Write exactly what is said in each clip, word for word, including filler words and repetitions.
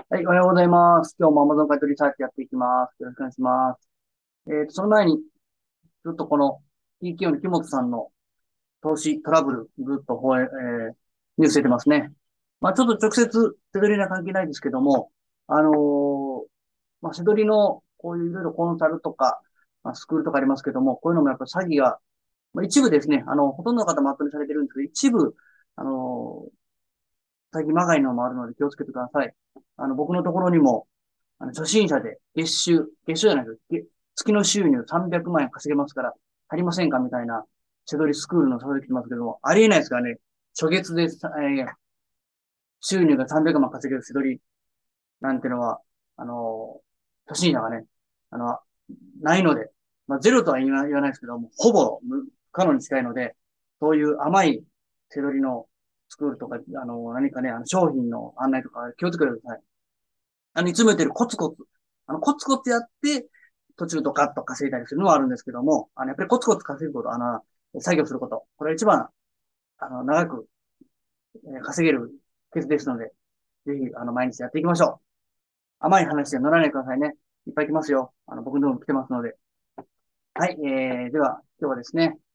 はい、おはようございます。今日も Amazon 買取リサーチやっていきます。よろしくお願いします。えっと、その前に、ずっとこの ティーケーオー の木本さんの投資トラブル、ずっと放映、えーニュース出てますね。まあ、ちょっと直接手取りには関係ないですけども、あのーまあ、手取りのこういういろいろコンサルとか、まあ、スクールとかありますけども、こういうのもやっぱ詐欺が、まあ、一部ですね、あの、ほとんどの方マットにされてるんですけど、一部、あのー詐欺まがいのもあるので気をつけてください。あの、僕のところにも、あの、初心者で月収、月収じゃないです月月の収入さんびゃくまん円稼げますから、足りませんかみたいな、手取りスクールの誘い来てますけども、ありえないですからね。初月で、えー収入がさんびゃくまん稼げる手取りなんてのは、あのー初心者がね、あの、ないので、まあ、ゼロとは言わ言わないですけども、ほぼ不可能に近いので、そういう甘い手取りのスクールとか、あのー何かね、あの商品の案内とか気をつけてください。あの、いつも言ってるコツコツ。あの、コツコツやって、途中ドカッと稼いだりするのはあるんですけども、あの、やっぱりコツコツ稼ぐこと、あの、作業すること。これが一番、あの、長く、えー稼げるケースですので、ぜひ、あの、毎日やっていきましょう。甘い話で乗らないでくださいね。いっぱい来ますよ。あの、僕のとこも来てますので。はい、えー、では、今日はですね、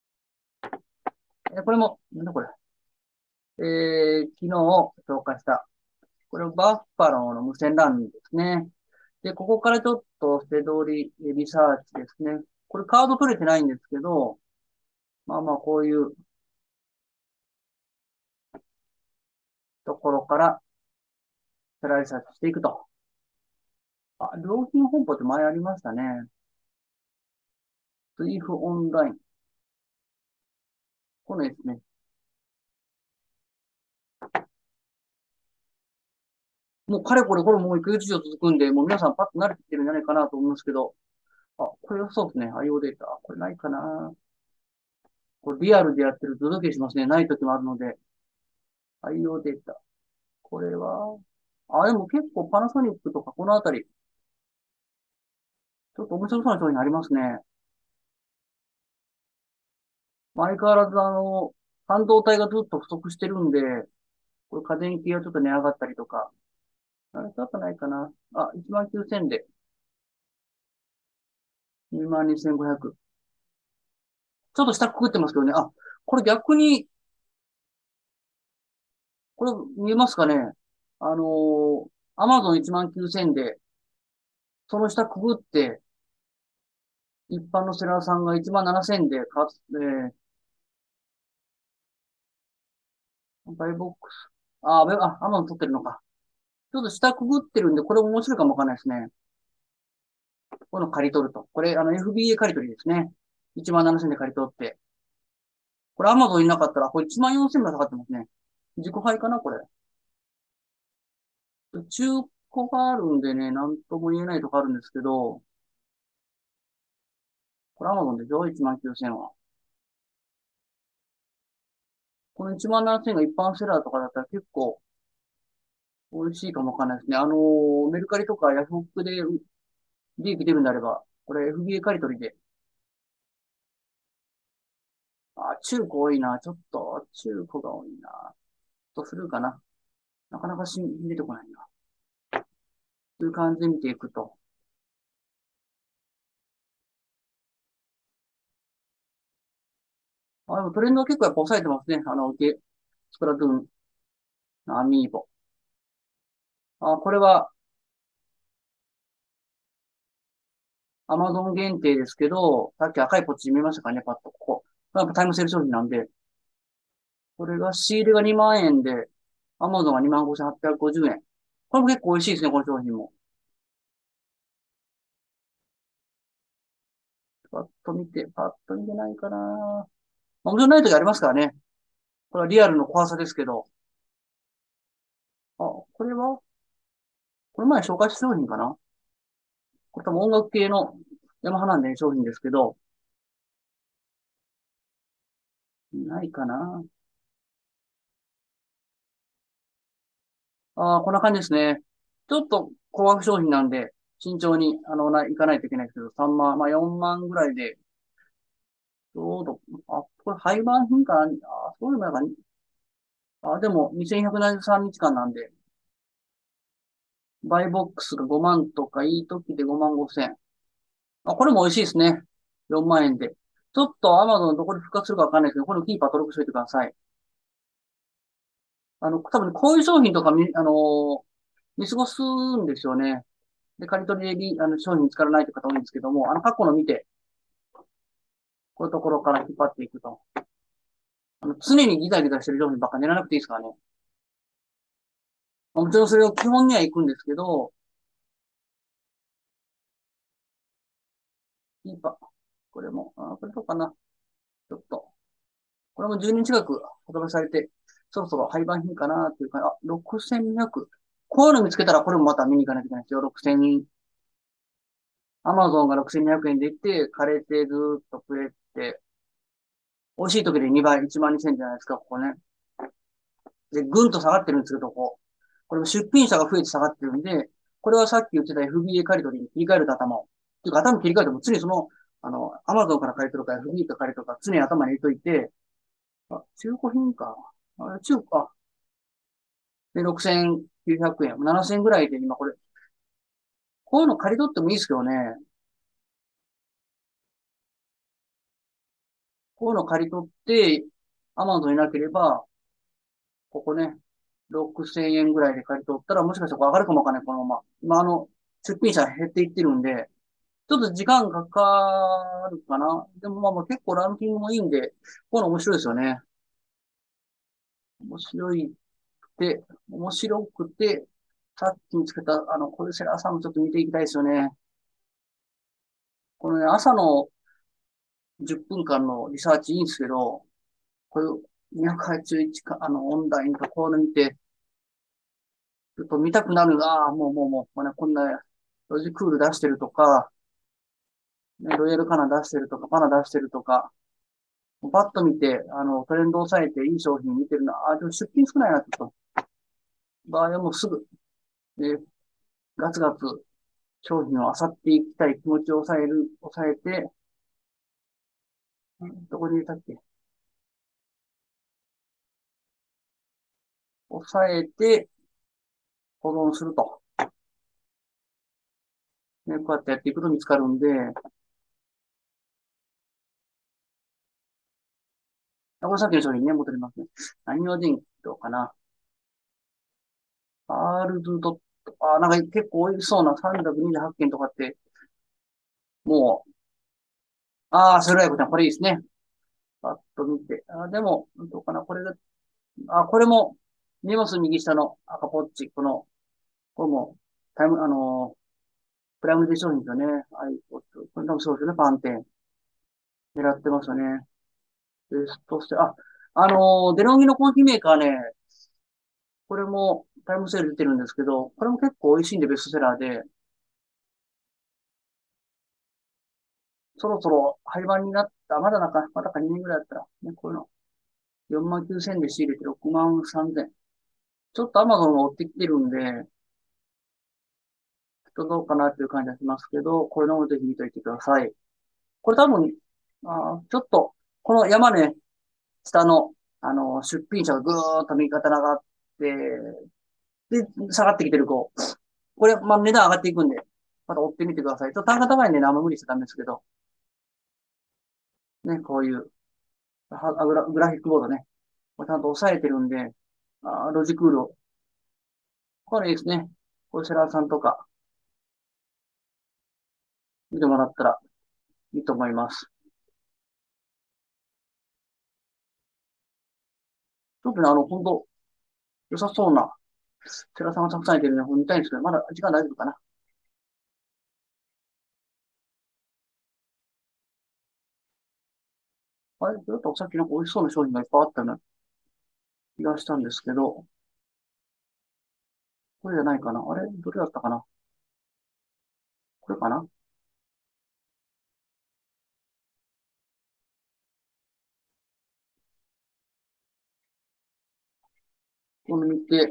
えーこれも、なんだこれ。えー、昨日紹介した、これバッファローの無線 ランですね。で、ここからちょっと手取りリサーチですね。これカード取れてないんですけど、まあまあこういうところから手取りリサーチしていくと。あ、良品本舗って前ありましたね。スイフオンライン。これですね。もうかれこれこれもういっかげつ以上続くんで、もう皆さんパッと慣れてきてるんじゃないかなと思いますけど、あ、これはそうですね。アイオー データ。これないかな。これリアルでやってるとドドキリしますね。ない時もあるので。アイオー データ。これは、あ、でも結構パナソニックとかこのあたり、ちょっと面白そうな商品ありますね。相変わらずあの、半導体がずっと不足してるんで、これ家電系はちょっと値上がったりとか、あれ、ちょっとないかな。あ、いちまんきゅうせんでにまんにせんごひゃく。ちょっと下くくってますけどね。あ、これ逆に、これ見えますかね。あのー、アマゾンいちまんきゅうせんで、その下くぐって、一般のセラーさんがいちまんななせんでかつ、えー、バイボックス。あ、あ、アマゾン取ってるのか。ちょっと下くぐってるんで、これ面白いかもわかんないですね。この借り取ると。これ、あの、エフビーエー 借り取りですね。いちまんななせんで借り取って。これ Amazon いなかったら、これいちまんよんせんまで下がってますね。自己配かなこれ。中古があるんでね、なんとも言えないとこあるんですけど、これ Amazon でしょ ?いちまんきゅうせんは。このいちまんななせんが一般セラーとかだったら結構美味しいかもわかんないですね。あのーメルカリとかヤフオクで利益出るんであれば、これ エフビーエー 借り取りで。あ、中古多いな。ちょっと中古が多いな。とするかな。なかなかし出てこないな。という感じで見ていくと。あ、でもトレンドは結構やっぱ抑えてますね。あの、ゲ、スプラトゥーン、アミーボ。あ、これは Amazon 限定ですけど、さっき赤いポチ見ましたかね、パッとここ。やっぱタイムセール商品なんで、これが仕入れがにまん円で、Amazon がにまんごせんはっぴゃくごじゅうえん。これも結構美味しいですね、この商品も。パッと見て、パッと見てないかな。まあ面白いない時ありますからね。これはリアルの怖さですけど。あ、これはこれ前紹介した商品かな。これ多分音楽系のヤマハなんで商品ですけど、ないかな。ああ、こんな感じですね。ちょっと高額商品なんで、慎重に、あの、な、いかないといけないですけど、さんまん、まあよんまんぐらいで、ちょうど、あ、これ廃盤品かなあ、そういうのかに、あ、でも、にせんひゃくななじゅうさんにちかんなんで、 バイボックスがごまんとか、いい時でごまんごせん。あ、これも美味しいですね。よんまん円で。ちょっと Amazon どこで復活するかわかんないですけど、これもキーパー登録しておいてください。あの、多分こういう商品とか見、あのー見過ごすんですよね。で、借り取りでリあの商品見つからないという方多いんですけども、あの、過去の見て、こういうところから引っ張っていくと。あの、常にギザギザしてる商品ばっか狙わなくていいですからね。もちろんそれを基本には行くんですけど、キーパー。これも、あ、これどうかな。ちょっと。これもじゅうねん近く発売されて、そろそろ廃盤品かなっていうか、あ、ろくせんにひゃく。こういうの見つけたらこれもまた見に行かなきゃいけないんですよ。ろくせん。アマゾンがろくせんにひゃくえんで行って、枯れてずーっとくれて、美味しい時でにばい、いちまんにせんじゃないですか、ここね。で、ぐんと下がってるんですけど、ここ。これも出品者が増えて下がってるんで、これはさっき言ってた エフビーエー 借り取りに切り替えると頭を。っていうか頭切り替えても常にその、あの、アマゾンから借り取るか エフビーエー から借り取るか常に頭に入れといて、あ、中古品か。あれ、中古、あ、で、ろくせんきゅうひゃくえん。ななせんぐらいで今これ、こういうの借り取ってもいいですけどね。こういうの借り取って、アマゾンになければ、ここね、ろくせんえんぐらいで借り取ったら、もしかしたら上がるかもわかんない、このまま。今、あの、出品者減っていってるんで、ちょっと時間かかるかな。でもまあまあ結構ランキングもいいんで、こういうの面白いですよね。面白いって、面白くて、さっき見つけた、あの、コルセラーさんもちょっと見ていきたいですよね。このね、朝のじゅっぷんかんのリサーチいいんですけど、これにひゃくはちじゅういちか、あの、オンラインとこういうの見て、ちょっと見たくなるな。あもうもうもう、こんな、こんなロジクール出してるとか、ね、ロイヤルカナ出してるとか、パナ出してるとか、パッと見て、あの、トレンドを抑えていい商品見てるな。あ、でも出品少ないな、ちょっと。場合はもうすぐ、ね、ガツガツ商品を漁っていきたい気持ちを抑える、抑えて、どこに入れたっけ抑えて保存すると。ね、こうやってやっていくと見つかるんで、これさっきの商品ね、戻りますね。何を電気とかな。アールズドット、あ、なんか結構多いそうなさんびゃくにじゅうはち件とかって、もう、ああ、それはよかった。これいいですね。パッと見て。あ、でも、どうかな。これが、あ、これも、見えます右下の赤ポッチ。この、これも、タイム、あのープライムで商品ですよね。アイポッド。これ多分そうですよね。パンテン。狙ってますよね。ベストセあ、あのーデロンギのコーヒーメーカーね、これもタイムセール出てるんですけど、これも結構美味しいんでベストセラーで、そろそろ廃盤になった、まだなんか、まだかにねんぐらいだったら、ね、こういうの、よんまんきゅうせんで仕入れてろくまんさんぜん。ちょっとアマゾンが追ってきてるんで、ちょっとどうかなっていう感じがしますけど、これの方ぜひ見といてください。これ多分、あちょっと、この山ね、下の、あの、出品者がぐーっと右肩上がって、で、下がってきてる子。これ、まあ、値段上がっていくんで、また追ってみてください。ちょっと単価高いんでね、あんま無理しちゃダメですけど、ね、こういう、はグラグラフィックボードね、これちゃんと押さえてるんで、あロジクールを。これいいですね。これセラーさんとか見てもらったらいいと思います。ちょっとね、あの、本当良さそうな、セラーさんがたくさんいてるね、見たいんですけど、まだ時間大丈夫かな。あれ、ちょっとさっきなんか美味しそうな商品がいっぱいあったような気がしたんですけど、これじゃないかな。あれどれだったかな。これかな。これ見て、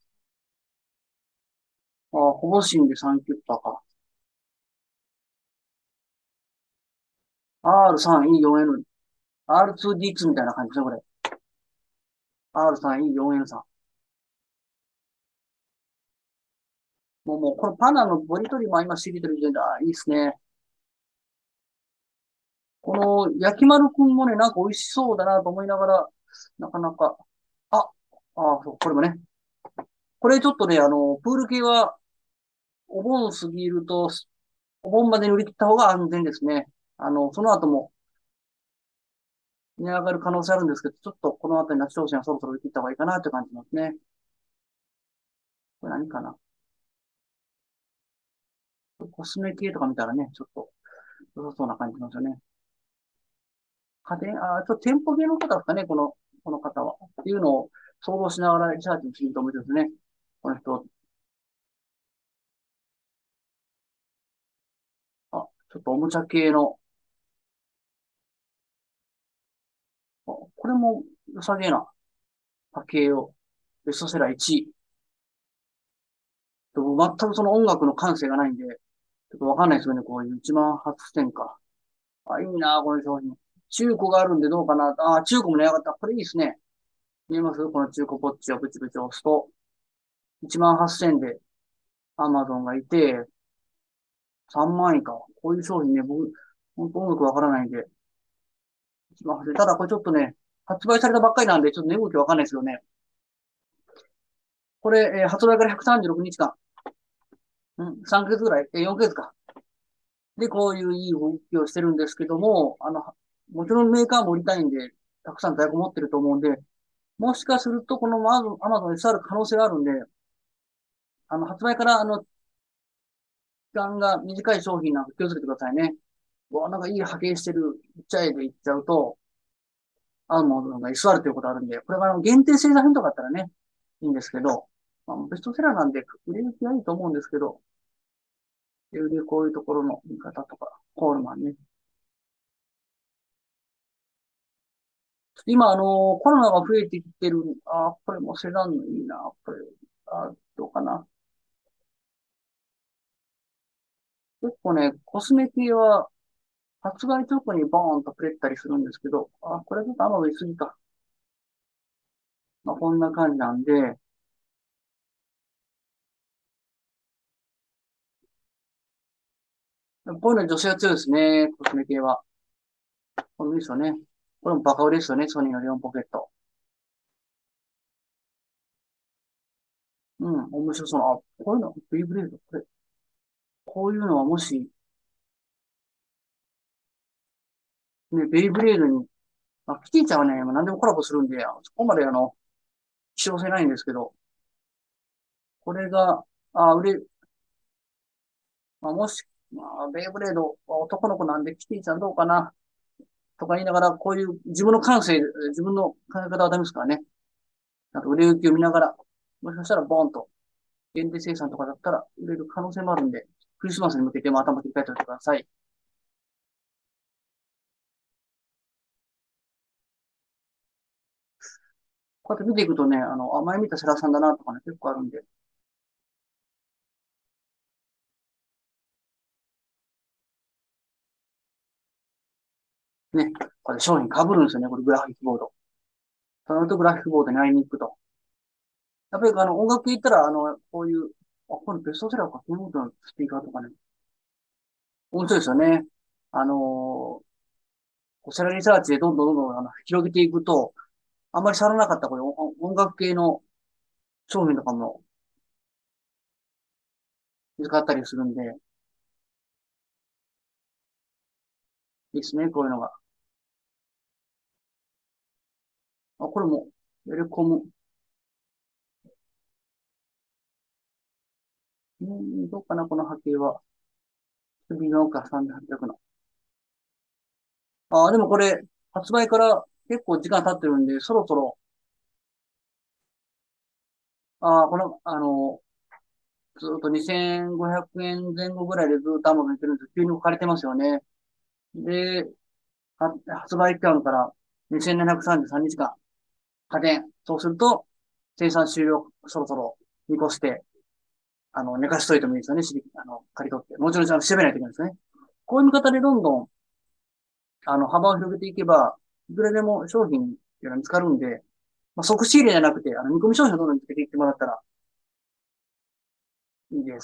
あ、ほぼ芯でさんキュッパか。アールスリーイーフォーエヌ、アールツーディーツー みたいな感じですね、これ。アールスリーイーフォーエヌ さん。 もう、もう、このパナのボリトリも今知りとりで、あ、いいですね。この焼き丸くんもね、なんか美味しそうだなと思いながら、なかなか、あ、あ、そう、これもね。これちょっとね、あの、プール系は、お盆過ぎると、お盆までに売り切った方が安全ですね。あの、その後も値上がる可能性あるんですけど、ちょっとこの後に夏商戦はそろそろ売り切った方がいいかなって感じますね。これ何かな。コスメ系とか見たらね、ちょっと良さそうな感じしますよね。家電、あ、ちょっと店舗系の方ですかね、この、この方は。っていうのを想像しながらリサーチしてみると面白いですね。この人。あ、ちょっとおもちゃ系の、あ、これも良さげな波形を、ベストセラーいちい。でも全くその音楽の感性がないんで、ちょっとわかんないですよね、こういういちまんはっせんか。あ、いいな、この商品。中古があるんでどうかな。あ、中古も値上がった。これいいですね。見えますこの中古ポッチをブチブチ押すと、いちまんはっせんで Amazon がいて、さんまん以下。こういう商品ね、僕、本当音楽わからないんで、いちまんはっせん。ただこれちょっとね、発売されたばっかりなんで、ちょっと値動きわかんないですよね。これ、えー発売からひゃくさんじゅうろくにちかん。うん、さんかげつぐらい、えー、よんかげつか。で、こういういい動きをしてるんですけども、あの、もちろんメーカーも売りたいんで、たくさん在庫持ってると思うんで、もしかすると、この Amazon に座る可能性があるんで、あの、発売から、あの、期間が短い商品なんか気をつけてくださいね。うわ、なんかいい波形してる、ちっちゃいでいっちゃうと、Amazon が居座るということがあるんで、これがあの限定製造品とかだったらね、いいんですけど、まあ、ベストセラーなんで、売れ行きはいいと思うんですけど、よりこういうところの見方とか、コールマンね。今、あの、コロナが増えてきてる、あ、これもセダンのいいな、これ、あ、どうかな。結構ね、コスメ系は発売直後にボーンとくれたりするんですけど、あ、これちょっとあんま売りすぎか。まあ、こんな感じなんで、こういうの女性は強いですね、コスメ系は。これもいいですよね。これもバカ売れですよね、ソニーのレオンポケット。うん、面白そうな。あ、こういうの、ベイブレード、これ、こういうのはもし、ね、ベイブレードに、まあ、キティちゃんはね、まあ、何でもコラボするんで、そこまであの、希少性ないんですけど、これが、あ、売れ、まあ、もし、まあ、ベイブレードは男の子なんで、キティちゃんどうかな、とか言いながら、こういう自分の感性、自分の考え方はダメですからね。なんか売れ行きを見ながら、もしかしたらボーンと、限定生産とかだったら売れる可能性もあるんで、クリスマスに向けても頭切り替えておいてください。こうやって見ていくとね、あの、あ、前見たセラさんだなとかね、結構あるんで、ね、これ商品被るんですよね、これグラフィックボード。そのとグラフィックボードに会いに行くと。やっぱりあの、音楽行ったら、あの、こういう、あ、これベストセラーか、キーボードのスピーカーとかね、面白いですよね。あのー、セラリサーチでどんどんどんどんあの広げていくと、あんまり触らなかったこれ音楽系の商品とかも見つかったりするんで、いいですね、こういうのが。あ、これも、エレコム。うん、どうかな、この波形は。微妙か、さんぜんはっぴゃくの。あ、でもこれ、発売から結構時間経ってるんで、そろそろ、あ、この、あの、ずっとにせんごひゃくえん前後ぐらいでずっと Amazon にてるんですけど、急に置かれてますよね。で、は発売期間からにせんななひゃくさんじゅうさんにちかん、加点。そうすると、生産終了、そろそろ見越して、あの、寝かしといてもいいですよね、しあの、借り取って。もちろん、あの調べないといけないですね。こういう見方でどんどん、あの、幅を広げていけば、いくらでも商品っていうのは見つかるんで、まあ、即仕入れじゃなくて、あの、見込み商品をどんどん見つけていってもらったらいいです。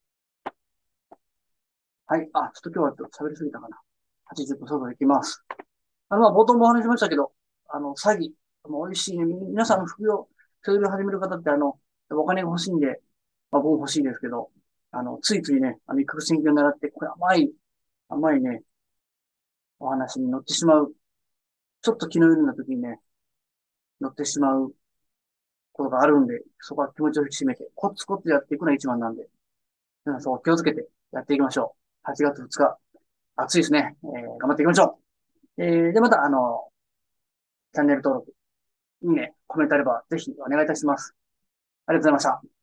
はい。あ、ちょっと今日はちょっと喋りすぎたかな。はちじゅっぷんそろそろ行きます。あの、まあ、冒頭もお話ししましたけど、あの、詐欺、もう美味しいね。皆さん副業、副業始める方ってあの、お金が欲しいんで、まあ、僕も欲しいですけど、あの、ついついね、あの、一攫千金を狙って、これ甘い、甘いね、お話に乗ってしまう。ちょっと気の緩んだ時にね、乗ってしまうことがあるんで、そこは気持ちを引き締めて、コツコツやっていくのが一番なんで、皆さんそう気をつけてやっていきましょう。はちがつふつか、暑いですね。えー、頑張っていきましょう。えー、で、また、あの、チャンネル登録、いいね、コメントあれば、ぜひお願いいたします。ありがとうございました。